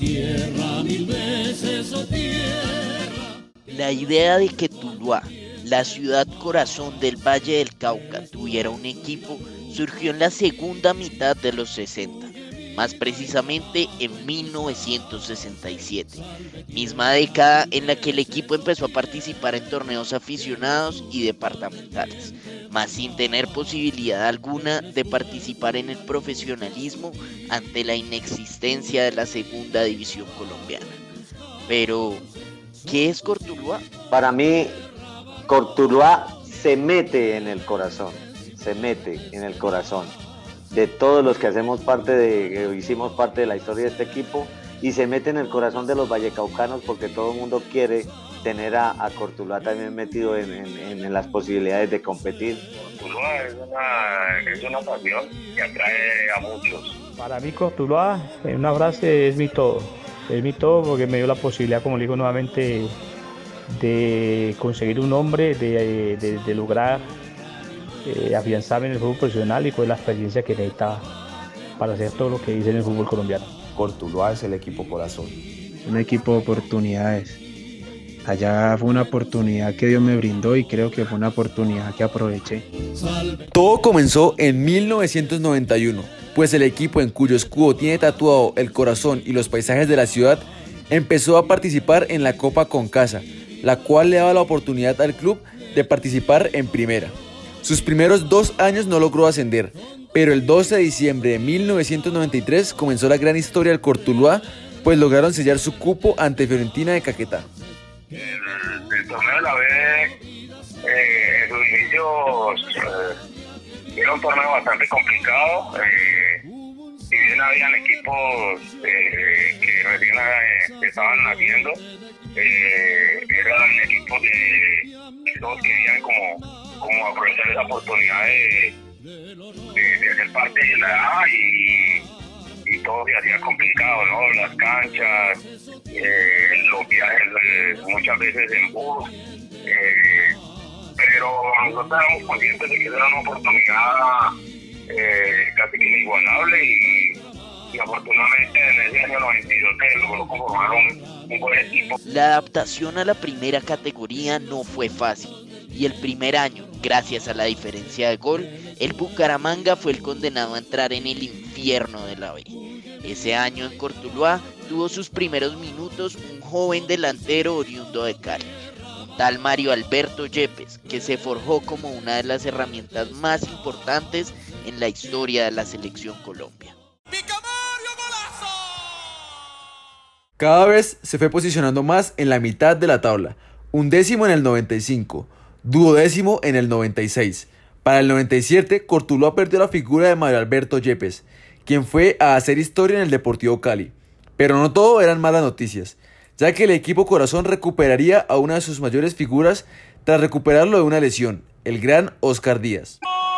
tierra, mil veces, oh tierra. La idea de que Tuluá, la ciudad corazón del Valle del Cauca, tuviera un equipo surgió en la segunda mitad de los 60, más precisamente en 1967, misma década en la que el equipo empezó a participar en torneos aficionados y departamentales, más sin tener posibilidad alguna de participar en el profesionalismo ante la inexistencia de la segunda división colombiana. Pero, ¿qué es Cortuluá? Para mí, Cortuluá se mete en el corazón, se mete en el corazón de todos los que hicimos parte de la historia de este equipo, y se mete en el corazón de los vallecaucanos porque todo el mundo quiere tener a Cortuluá también metido en las posibilidades de competir. Cortuluá es una pasión que atrae a muchos. Para mí Cortuluá, en una frase, es mi todo. Es mi todo porque me dio la posibilidad, como le digo nuevamente, de conseguir un nombre, de lograr afianzarme en el fútbol profesional y con la experiencia que necesitaba para hacer todo lo que hice en el fútbol colombiano. Cortuluá es el equipo corazón. Un equipo de oportunidades. Allá fue una oportunidad que Dios me brindó y creo que fue una oportunidad que aproveché. Todo comenzó en 1991, pues el equipo en cuyo escudo tiene tatuado el corazón y los paisajes de la ciudad empezó a participar en la Copa Concasa, la cual le daba la oportunidad al club de participar en primera. Sus primeros 2 años no logró ascender, pero el 12 de diciembre de 1993 comenzó la gran historia del Cortuluá, pues lograron sellar su cupo ante Fiorentina de Caquetá. El torneo de la B, en sus inicios, era un torneo bastante complicado. Si bien habían equipos que recién estaban naciendo, eran equipos que todos querían como aprovechar esa oportunidad de ser parte de la A, y todo se hacía complicado, ¿no? Las canchas, los viajes muchas veces en bus, pero nosotros éramos conscientes de que era una oportunidad casi que inigualable, y afortunadamente en ese año 92 se logró conformar un buen equipo. La adaptación a la primera categoría no fue fácil, y el primer año, gracias a la diferencia de gol, el Bucaramanga fue el condenado a entrar en el infierno de la B. Ese año en Cortuluá tuvo sus primeros minutos un joven delantero oriundo de Cali, un tal Mario Alberto Yepes, que se forjó como una de las herramientas más importantes en la historia de la Selección Colombia. Cada vez se fue posicionando más en la mitad de la tabla, 11º en el 95, 12º en el 96. Para el 97, Cortuluá perdió la figura de Mario Alberto Yepes, quien fue a hacer historia en el Deportivo Cali. Pero no todo eran malas noticias, ya que el equipo corazón recuperaría a una de sus mayores figuras tras recuperarlo de una lesión, el gran Oscar Díaz.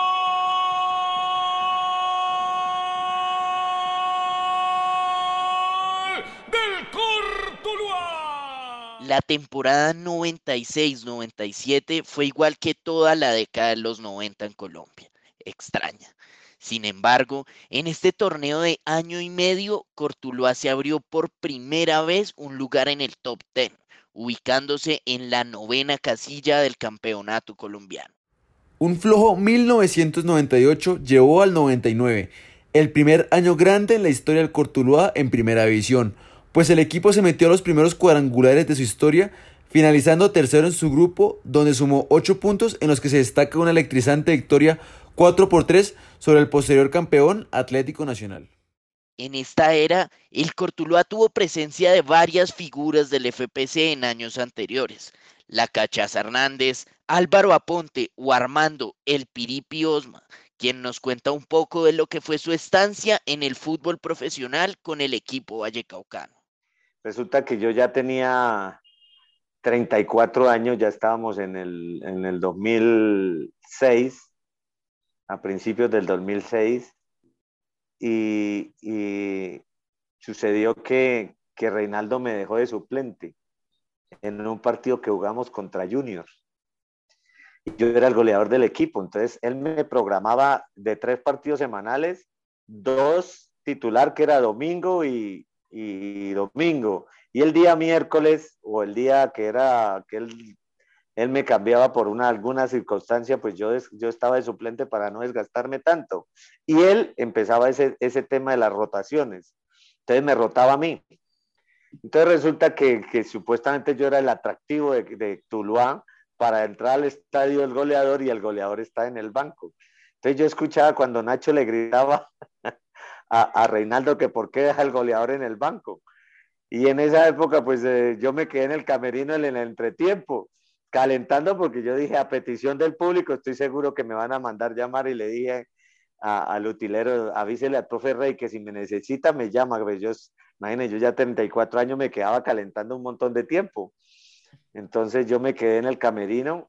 La temporada 96-97 fue igual que toda la década de los 90 en Colombia. Extraña. Sin embargo, en este torneo de año y medio, Cortuluá se abrió por primera vez un lugar en el top 10, ubicándose en la 9ª casilla del campeonato colombiano. Un flojo 1998 llevó al 99, el primer año grande en la historia del Cortuluá en primera división, pues el equipo se metió a los primeros cuadrangulares de su historia, finalizando tercero en su grupo, donde sumó 8 puntos, en los que se destaca una electrizante victoria 4-3 sobre el posterior campeón Atlético Nacional. En esta era, el Cortuluá tuvo presencia de varias figuras del FPC en años anteriores. La Cachaza Hernández, Álvaro Aponte o Armando El Piripi Osma, quien nos cuenta un poco de lo que fue su estancia en el fútbol profesional con el equipo vallecaucano. Resulta que yo ya tenía 34 años, ya estábamos en el 2006, a principios del 2006, y sucedió que Reinaldo me dejó de suplente en un partido que jugamos contra Juniors. Y yo era el goleador del equipo, entonces él me programaba de 3 partidos semanales, 2 titular, que era domingo y y domingo. Y el día miércoles, o el día que era que él me cambiaba por alguna circunstancia, pues yo estaba de suplente para no desgastarme tanto. Y él empezaba ese tema de las rotaciones. Entonces me rotaba a mí. Entonces resulta que supuestamente yo era el atractivo de Tuluá para entrar al estadio del goleador, y el goleador está en el banco. Entonces yo escuchaba cuando Nacho le gritaba a Reinaldo que por qué deja el goleador en el banco. Y en esa época pues yo me quedé en el camerino en el entretiempo, calentando, porque yo dije, a petición del público, estoy seguro que me van a mandar llamar, y le dije al utilero, avísele al profe Rey que si me necesita me llama. Pues imagínense, yo ya 34 años me quedaba calentando un montón de tiempo. Entonces yo me quedé en el camerino,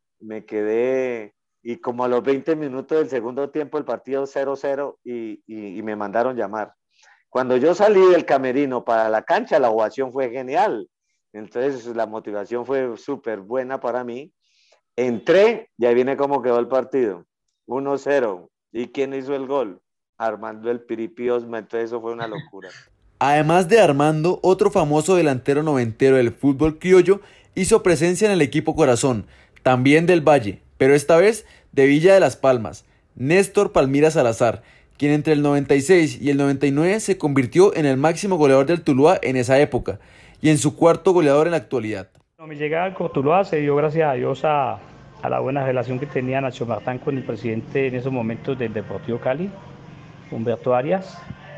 y como a los 20 minutos del segundo tiempo el partido 0-0 y me mandaron llamar. Cuando yo salí del camerino para la cancha, la ovación fue genial. Entonces la motivación fue súper buena para mí. Entré y ahí viene cómo quedó el partido. 1-0. ¿Y quién hizo el gol? Armando el Piripi Osma. Entonces eso fue una locura. Además de Armando, otro famoso delantero noventero del fútbol criollo hizo presencia en el equipo Corazón, también del Valle, pero esta vez de Villa de las Palmas, Néstor Palmira Salazar, quien entre el 96 y el 99 se convirtió en el máximo goleador del Tuluá en esa época y en su cuarto goleador en la actualidad. Mi llegada al Cortuluá se dio gracias a Dios a la buena relación que tenía Nacho Martán con el presidente en esos momentos del Deportivo Cali, Humberto Arias.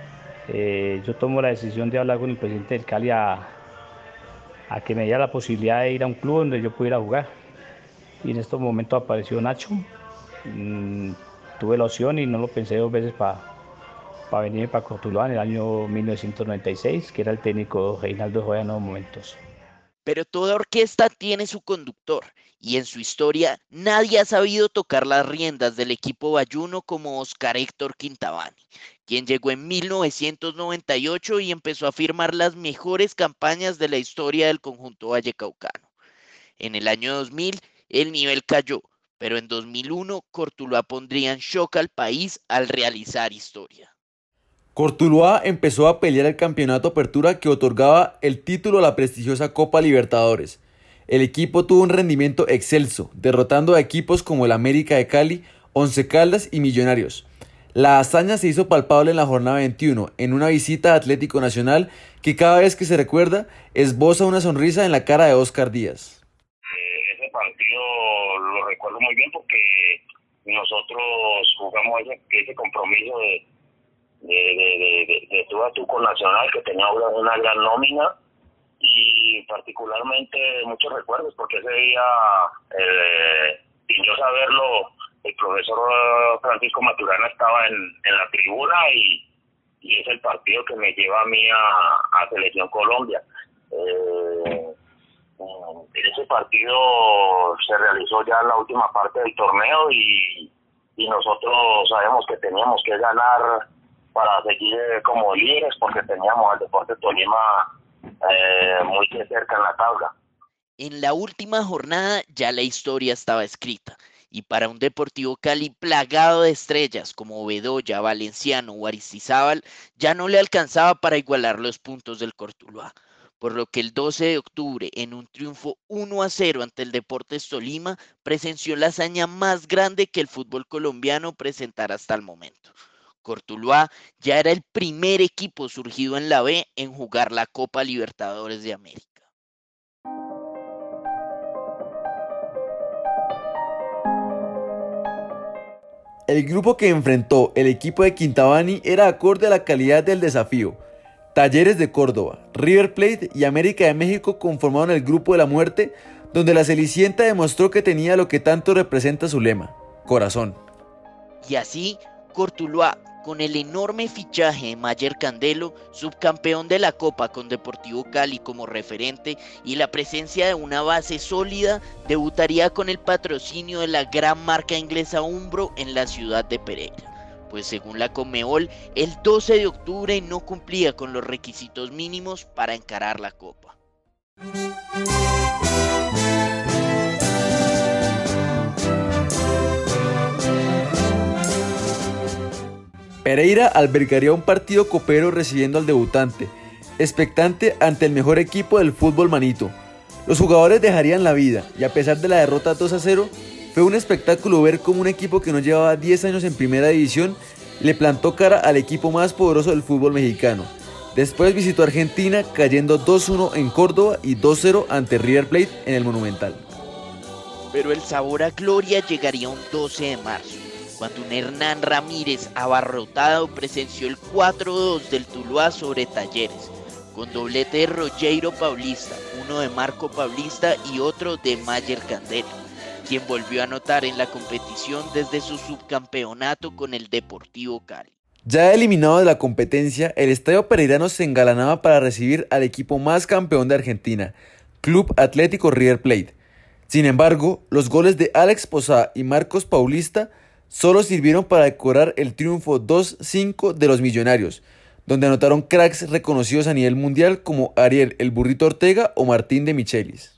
Yo tomo la decisión de hablar con el presidente del Cali a que me diera la posibilidad de ir a un club donde yo pudiera jugar. Y en estos momentos apareció Nacho. Tuve la opción y no lo pensé dos veces para venir para Cortuluá en el año 1996, que era el técnico Reinaldo Joya en esos momentos. Pero toda orquesta tiene su conductor, y en su historia nadie ha sabido tocar las riendas del equipo bayuno como Oscar Héctor Quintabani, quien llegó en 1998 y empezó a firmar las mejores campañas de la historia del conjunto vallecaucano. En el año 2000 el nivel cayó, pero en 2001 Cortuluá pondría en shock al país al realizar historia. Cortuluá empezó a pelear el campeonato Apertura que otorgaba el título a la prestigiosa Copa Libertadores. El equipo tuvo un rendimiento excelso, derrotando a equipos como el América de Cali, Once Caldas y Millonarios. La hazaña se hizo palpable en la jornada 21, en una visita a Atlético Nacional que cada vez que se recuerda esboza una sonrisa en la cara de Oscar Díaz. Ese partido lo recuerdo muy bien porque nosotros jugamos ese compromiso de tú a tú con Nacional, que tenía una gran nómina, y particularmente muchos recuerdos porque ese día, sin yo saberlo, el profesor Francisco Maturana estaba en la tribuna y es el partido que me lleva a mí a Selección Colombia. Ese partido se realizó ya en la última parte del torneo y nosotros sabemos que teníamos que ganar para seguir como líderes, porque teníamos al Deportes Tolima muy cerca en la tabla. En la última jornada ya la historia estaba escrita, y para un Deportivo Cali plagado de estrellas como Bedoya, Valenciano o Aristizábal, ya no le alcanzaba para igualar los puntos del Cortuluá, por lo que el 12 de octubre, en un triunfo 1-0 ante el Deportes Tolima, presenció la hazaña más grande que el fútbol colombiano presentara hasta el momento. Cortuluá ya era el primer equipo surgido en la B en jugar la Copa Libertadores de América. El grupo que enfrentó el equipo de Quintabani era acorde a la calidad del desafío. Talleres de Córdoba, River Plate y América de México conformaron el grupo de la muerte, donde la Cenicienta demostró que tenía lo que tanto representa su lema: corazón. Y así, Cortuluá, con el enorme fichaje de Mayer Candelo, subcampeón de la Copa con Deportivo Cali como referente, y la presencia de una base sólida, debutaría con el patrocinio de la gran marca inglesa Umbro en la ciudad de Pereira, pues según la Conmebol, el 12 de octubre no cumplía con los requisitos mínimos para encarar la Copa. Pereira albergaría un partido copero recibiendo al debutante. expectante ante el mejor equipo del fútbol manito. Los jugadores dejarían la vida y a pesar de la derrota 2-0, fue un espectáculo ver cómo un equipo que no llevaba 10 años en primera división le plantó cara al equipo más poderoso del fútbol mexicano. Después visitó Argentina cayendo 2-1 en Córdoba y 2-0 ante River Plate en el Monumental. Pero el sabor a gloria llegaría un 12 de marzo, cuando un Hernán Ramírez abarrotado presenció el 4-2 del Tuluá sobre Talleres, con doblete de Rogério Paulista, uno de Marco Paulista y otro de Mayer Candelo, quien volvió a anotar en la competición desde su subcampeonato con el Deportivo Cali. Ya eliminado de la competencia, el Estadio Pereirano se engalanaba para recibir al equipo más campeón de Argentina, Club Atlético River Plate. Sin embargo, los goles de Alex Posada y Marcos Paulista solo sirvieron para decorar el triunfo 2-5 de los millonarios, donde anotaron cracks reconocidos a nivel mundial como Ariel el Burrito Ortega o Martín de Michelis.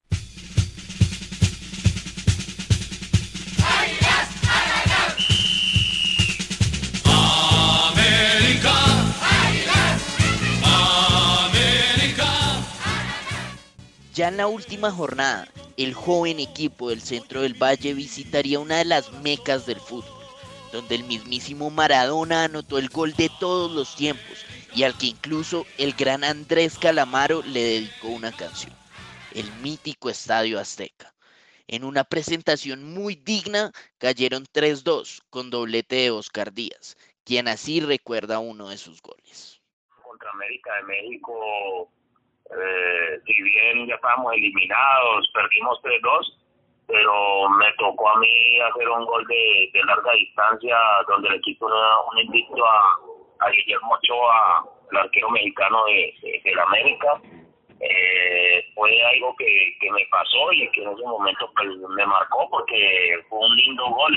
Ya en la última jornada, el joven equipo del Centro del Valle visitaría una de las mecas del fútbol, donde el mismísimo Maradona anotó el gol de todos los tiempos y al que incluso el gran Andrés Calamaro le dedicó una canción, el mítico Estadio Azteca. En una presentación muy digna cayeron 3-2 con doblete de Oscar Díaz, quien así recuerda uno de sus goles. Contra América de México, si bien ya estábamos eliminados, perdimos 3-2, pero me tocó a mí hacer un gol de larga distancia donde el equipo era un invicto a Guillermo Ochoa, el arquero mexicano del América. Fue algo que me pasó y que en ese momento pues, me marcó porque fue un lindo gol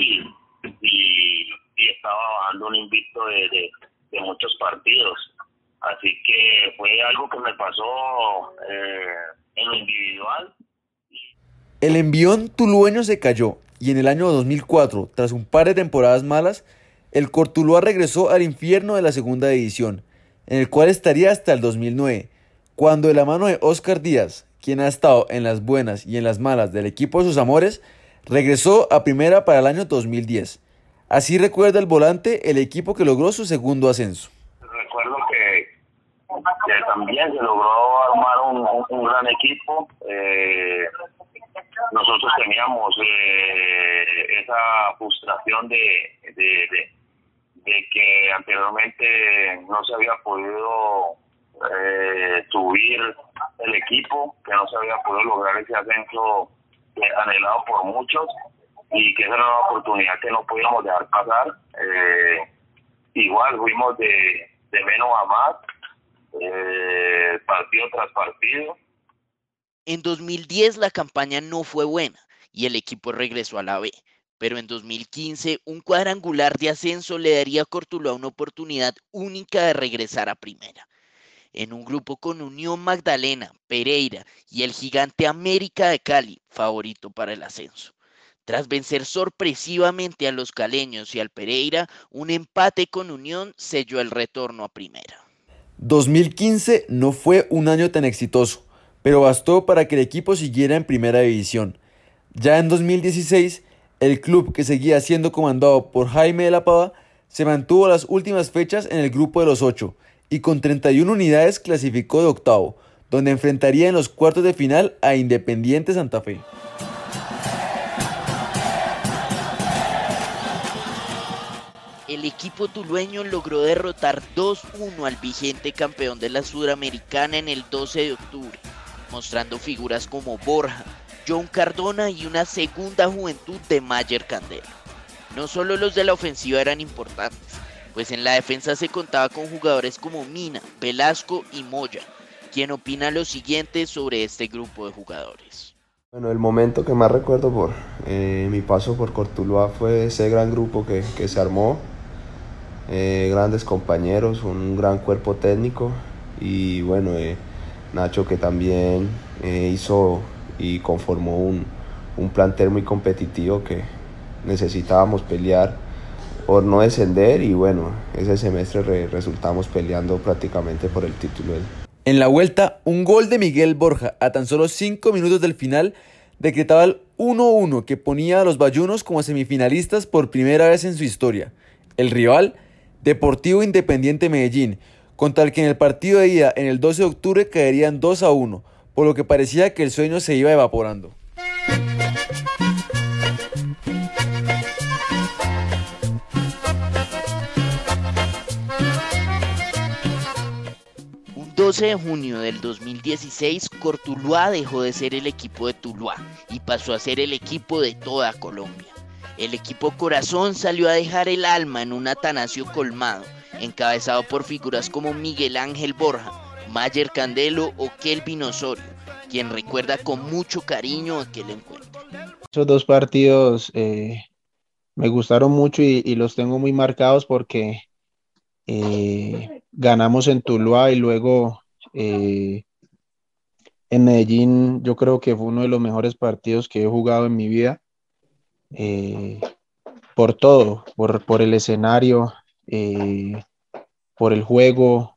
y estaba bajando un invicto de muchos partidos. Así que fue algo que me pasó en lo individual. El envión tulueño se cayó y en el año 2004, tras un par de temporadas malas, el Cortuluá regresó al infierno de la segunda división, en el cual estaría hasta el 2009, cuando de la mano de Oscar Díaz, quien ha estado en las buenas y en las malas del equipo de sus amores, regresó a primera para el año 2010. Así recuerda el volante el equipo que logró su segundo ascenso. Recuerdo que también se logró armar un gran equipo. Nosotros teníamos esa frustración de que anteriormente no se había podido subir el equipo, que no se había podido lograr ese ascenso anhelado por muchos y que esa era una oportunidad que no podíamos dejar pasar. Igual fuimos de menos a más, partido tras partido. En 2010 la campaña no fue buena y el equipo regresó a la B, pero en 2015 un cuadrangular de ascenso le daría a Cortuluá una oportunidad única de regresar a primera. En un grupo con Unión Magdalena, Pereira y el gigante América de Cali, favorito para el ascenso. Tras vencer sorpresivamente a los caleños y al Pereira, un empate con Unión selló el retorno a primera. 2015 no fue un año tan exitoso, pero bastó para que el equipo siguiera en primera división. Ya en 2016, el club, que seguía siendo comandado por Jaime de la Pava, se mantuvo las últimas fechas en el grupo de los 8 y con 31 unidades clasificó de octavo, donde enfrentaría en los cuartos de final a Independiente Santa Fe. El equipo tulueño logró derrotar 2-1 al vigente campeón de la Sudamericana en el 12 de octubre, mostrando figuras como Borja, John Cardona y una segunda juventud de Mayer Candelo. No solo los de la ofensiva eran importantes, pues en la defensa se contaba con jugadores como Mina, Velasco y Moya, quien opina lo siguiente sobre este grupo de jugadores. Bueno, el momento que más recuerdo por mi paso por Cortuluá fue ese gran grupo que se armó, grandes compañeros, un gran cuerpo técnico y bueno, Nacho que también hizo y conformó un plantel muy competitivo que necesitábamos pelear por no descender y bueno, ese semestre resultamos peleando prácticamente por el título. En la vuelta, un gol de Miguel Borja a tan solo 5 minutos del final decretaba el 1-1 que ponía a los bayunos como semifinalistas por primera vez en su historia. El rival, Deportivo Independiente Medellín, contra el que en el partido de ida en el 12 de octubre caerían 2-1, por lo que parecía que el sueño se iba evaporando. Un 12 de junio del 2016, Cortuluá dejó de ser el equipo de Tuluá y pasó a ser el equipo de toda Colombia. El equipo Corazón salió a dejar el alma en un Atanasio colmado, encabezado por figuras como Miguel Ángel Borja, Mayer Candelo o Kelvin Osorio, quien recuerda con mucho cariño aquel encuentro. Esos dos partidos me gustaron mucho y los tengo muy marcados porque ganamos en Tuluá y luego en Medellín. Yo creo que fue uno de los mejores partidos que he jugado en mi vida, por todo, por el escenario, por el juego,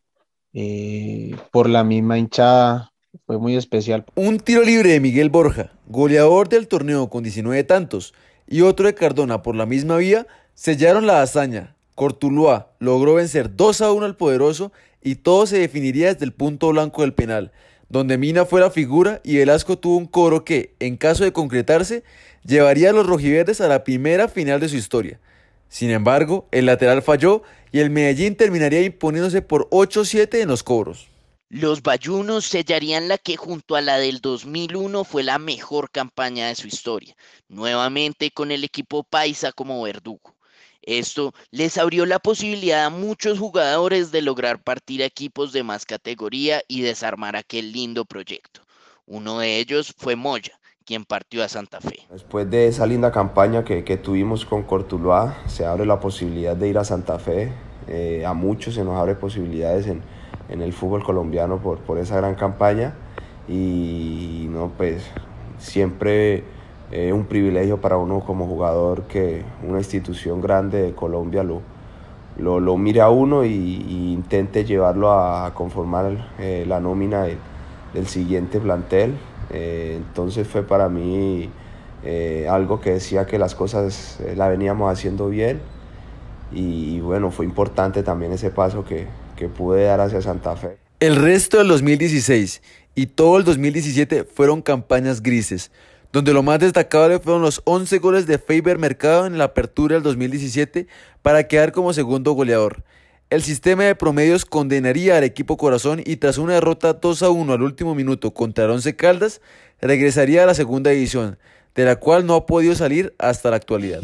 por la misma hinchada. Fue muy especial. Un tiro libre de Miguel Borja, goleador del torneo con 19 tantos, y otro de Cardona por la misma vía, sellaron la hazaña. Cortuluá logró vencer 2-1 al poderoso y todo se definiría desde el punto blanco del penal, donde Mina fue la figura y Velasco tuvo un cobro que, en caso de concretarse, llevaría a los rojiverdes a la primera final de su historia. Sin embargo, el lateral falló y el Medellín terminaría imponiéndose por 8-7 en los cobros. Los bayunos sellarían la que junto a la del 2001 fue la mejor campaña de su historia, nuevamente con el equipo paisa como verdugo. Esto les abrió la posibilidad a muchos jugadores de lograr partir a equipos de más categoría y desarmar aquel lindo proyecto. Uno de ellos fue Moya, quien partió a Santa Fe. Después de esa linda campaña que tuvimos con Cortuluá, se abre la posibilidad de ir a Santa Fe. A muchos se nos abre posibilidades en el fútbol colombiano por esa gran campaña y no, pues siempre un privilegio para uno como jugador que una institución grande de Colombia lo mire a uno y intente llevarlo a conformar la nómina del siguiente plantel. Entonces fue para mí algo que decía que las cosas la veníamos haciendo bien y bueno, fue importante también ese paso que pude dar hacia Santa Fe. El resto del 2016 y todo el 2017 fueron campañas grises, donde lo más destacable fueron los 11 goles de Feiber Mercado en la apertura del 2017 para quedar como segundo goleador. El sistema de promedios condenaría al equipo Corazón y tras una derrota 2-1 al último minuto contra el Once Caldas, regresaría a la segunda división, de la cual no ha podido salir hasta la actualidad.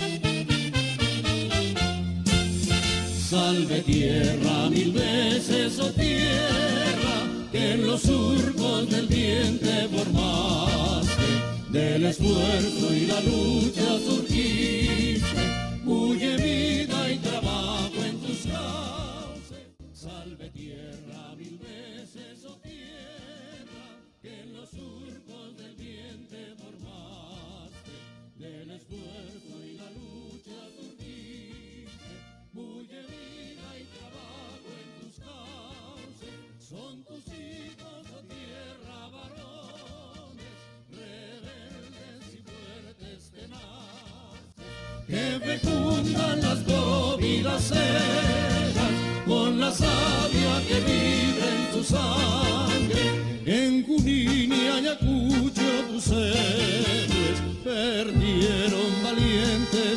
Salve tierra, mil veces, oh tierra, que en los surcos del bien te formaste, del esfuerzo y la lucha surgiste, huye vida y trabajo en tus cauces. Salve tierra, mil veces, oh tierra, que en los surcos del bien te formaste, del esfuerzo y la lucha surgiste, huye vida y trabajo en tus cauces. Son tus hijos, oh tierra, varones, rebeldes y fuertes tenaces, que fecundan las góvidas eras con la savia que vive en tu sangre. En Junín y Ayacucho tus héroes perdieron valientes